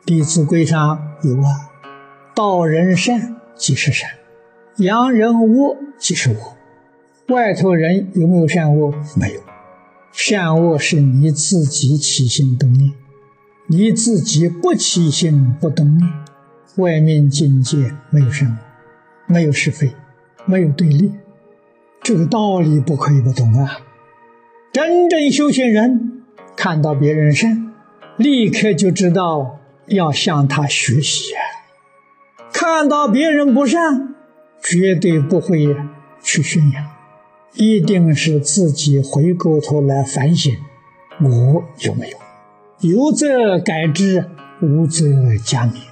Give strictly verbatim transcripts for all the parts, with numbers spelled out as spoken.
弟子规》上有啊，道人善即是善，扬人恶即是恶。外头人有没有善恶？没有。善恶是你自己起心动念，你自己不起心不动念，外面境界没有善恶，没有是非，没有对立，这个道理不可以不懂啊。真正修行人看到别人善，立刻就知道要向他学习啊。看到别人不善，绝对不会去宣扬，一定是自己回过头来反省，我有没有？有则改之，无则加勉。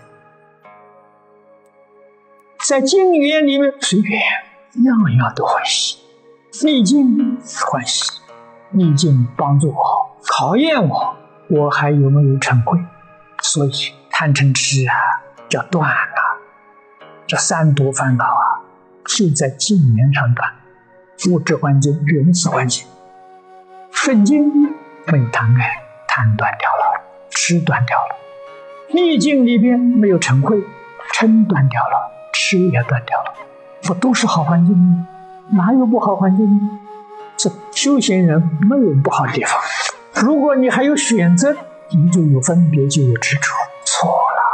在经缘里面随缘，样样都欢喜，逆境欢喜，逆境帮助我，考验我，我还有没有成慧？所以贪嗔痴啊叫断了，这三毒烦恼啊就在境缘上断。物质环境、人事环境，顺境没有贪爱，贪断掉了，痴断掉了；逆境里边没有成慧，嗔断掉了，痴也断掉了。不都是好环境吗？哪有不好环境呢？这修行人没有不好的地方。如果你还有选择，你就有分别，就有执着，错了。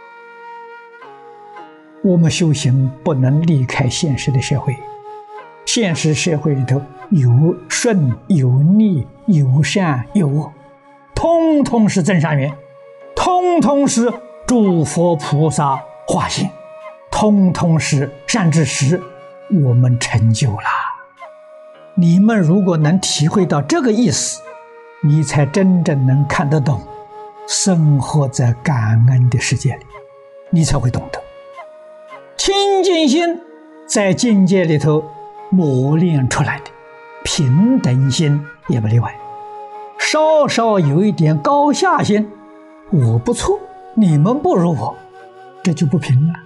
我们修行不能离开现实的社会。现实社会里头有顺有逆，有善有恶，通通是真善缘，通通是诸佛菩萨化现，通通是善知识，我们成就了。你们如果能体会到这个意思，你才真正能看得懂，生活在感恩的世界里，你才会懂得。清净心在境界里头磨练出来的，平等心也不例外。稍稍有一点高下心，我不错，你们不如我，这就不平了。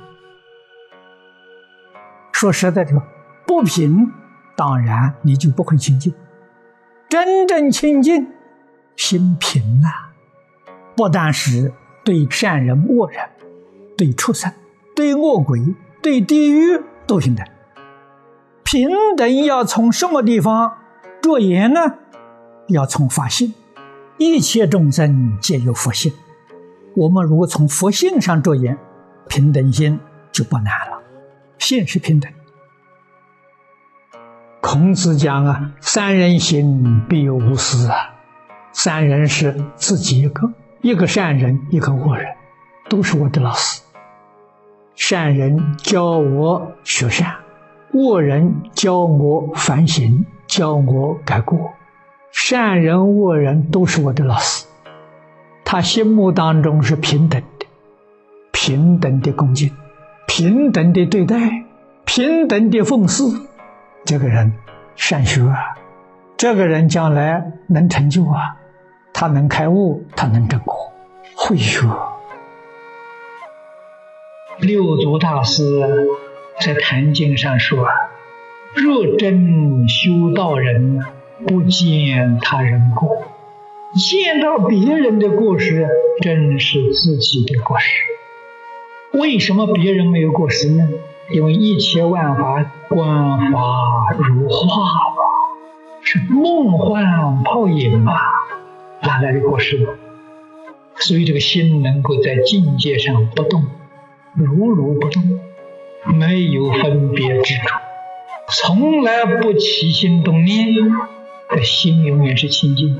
说实在的，不平，当然你就不会清净。真正清净，心平了，不但是对善人恶人，对畜生，对恶鬼，对地狱都平等。平等要从什么地方着眼呢？要从法性，一切众生皆有佛性。我们如果从佛性上着眼，平等心就不难了。性是平等。孔子讲啊，三人行，必有吾师啊。三人是自己一个，一个善人，一个恶人，都是我的老师。善人教我学善，恶人教我反省，教我改过。善人恶人都是我的老师，他心目当中是平等的，平等的恭敬，平等的对待，平等的奉事。这个人善学啊，这个人将来能成就啊，他能开悟，他能证果，会学。六祖大师在坛经上说，若真修道人，不见他人过，见到别人的过失，正是自己的过失。为什么别人没有过失呢？因为一切万法观法如画嘛，是梦幻泡影嘛，哪来的过失呢？所以这个心能够在境界上不动，如如不动，没有分别执着，从来不起心动念，这心永远是清净的。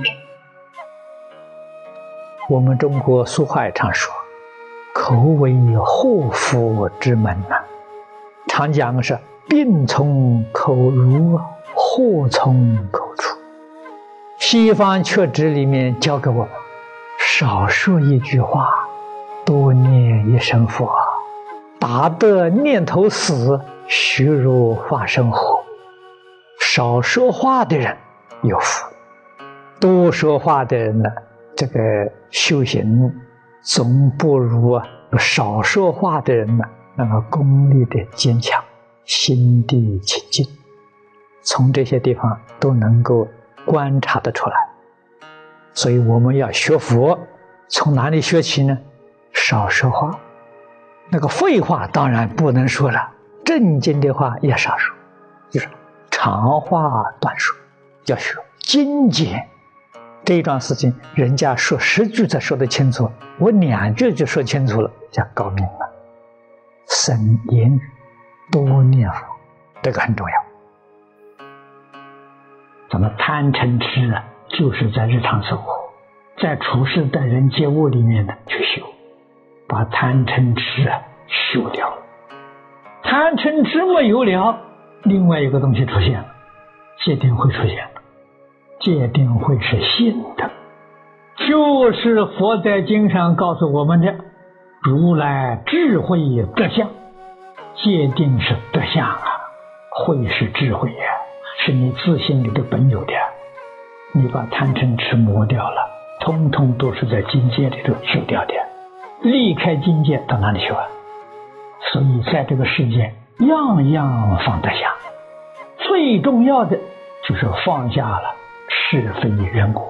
我们中国俗话也常说，口为祸福之门呐、啊，常讲是病从口入，祸从口出。西方确知里面教给我们，少说一句话，多念一声佛，打得念头死，虚如化生火。少说话的人有福，多说话的人呢，这个修行总不如少说话的人呢那个功力的坚强，心地清净。从这些地方都能够观察得出来。所以我们要学佛，从哪里学起呢？ 少说话。那个废话当然不能说了，正经的话也少说，就是长话短说，要学精简。这一桩事情，人家说十句才说得清楚，我两句就说清楚了，叫高明了。慎言语，多念佛，这个很重要。咱们贪嗔痴啊，就是在日常生活，在处事待人接物里面呢去修，把贪嗔痴啊修掉了。贪嗔痴没有了，另外一个东西出现了，戒定慧出现了。戒定慧是信的，就是佛在经上告诉我们的如来智慧德相。戒定是德相啊，慧是智慧呀、啊，是你自信里的本有的。你把贪嗔痴磨掉了，通通都是在境界里头修掉的。离开境界到哪里去啊？所以在这个世界样样放得下，最重要的就是放下了是非缘故。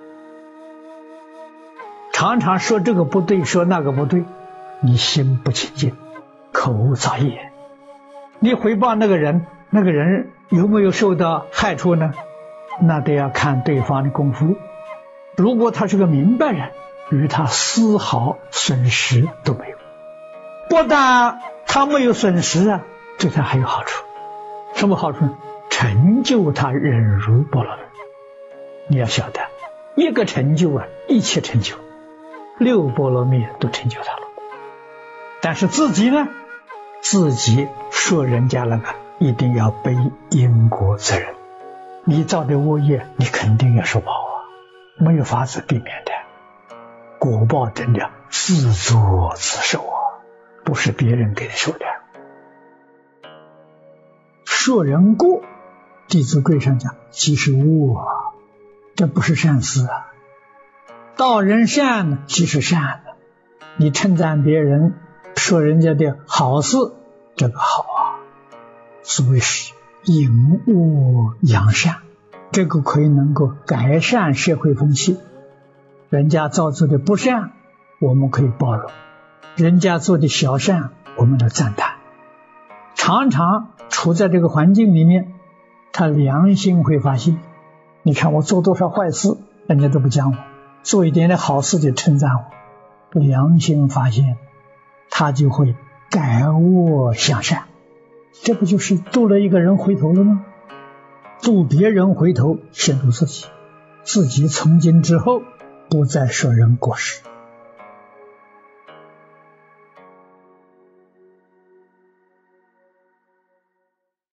常常说这个不对，说那个不对，你心不清净，口造业。你回报那个人，那个人有没有受到害处呢？那得要看对方的功夫。如果他是个明白人，与他丝毫损失都没有，不但他没有损失啊，对他还有好处。什么好处呢？成就他忍辱波罗蜜。你要晓得，一个成就啊，一切成就，六波罗蜜都成就他了。但是自己呢，自己说人家那个一定要背因果责任。你造的恶业，你肯定要受报啊，没有法子避免的。果报真的自作自受啊，不是别人给你受的。说人过，《弟子规》上讲，即是恶啊，这不是善事啊。道人善呢，即是善的。你称赞别人，说人家的好事，这个好啊。所谓是引恶扬善，这个可以能够改善社会风气。人家造作的不善，我们可以包容；人家做的小善，我们要赞叹。常常处在这个环境里面，他良心会发现。你看我做多少坏事，人家都不讲我；做一点点好事就称赞我。良心发现，他就会改恶向善。这不就是度了一个人回头了吗？度别人回头，先度自己，自己从今之后不再说人过失。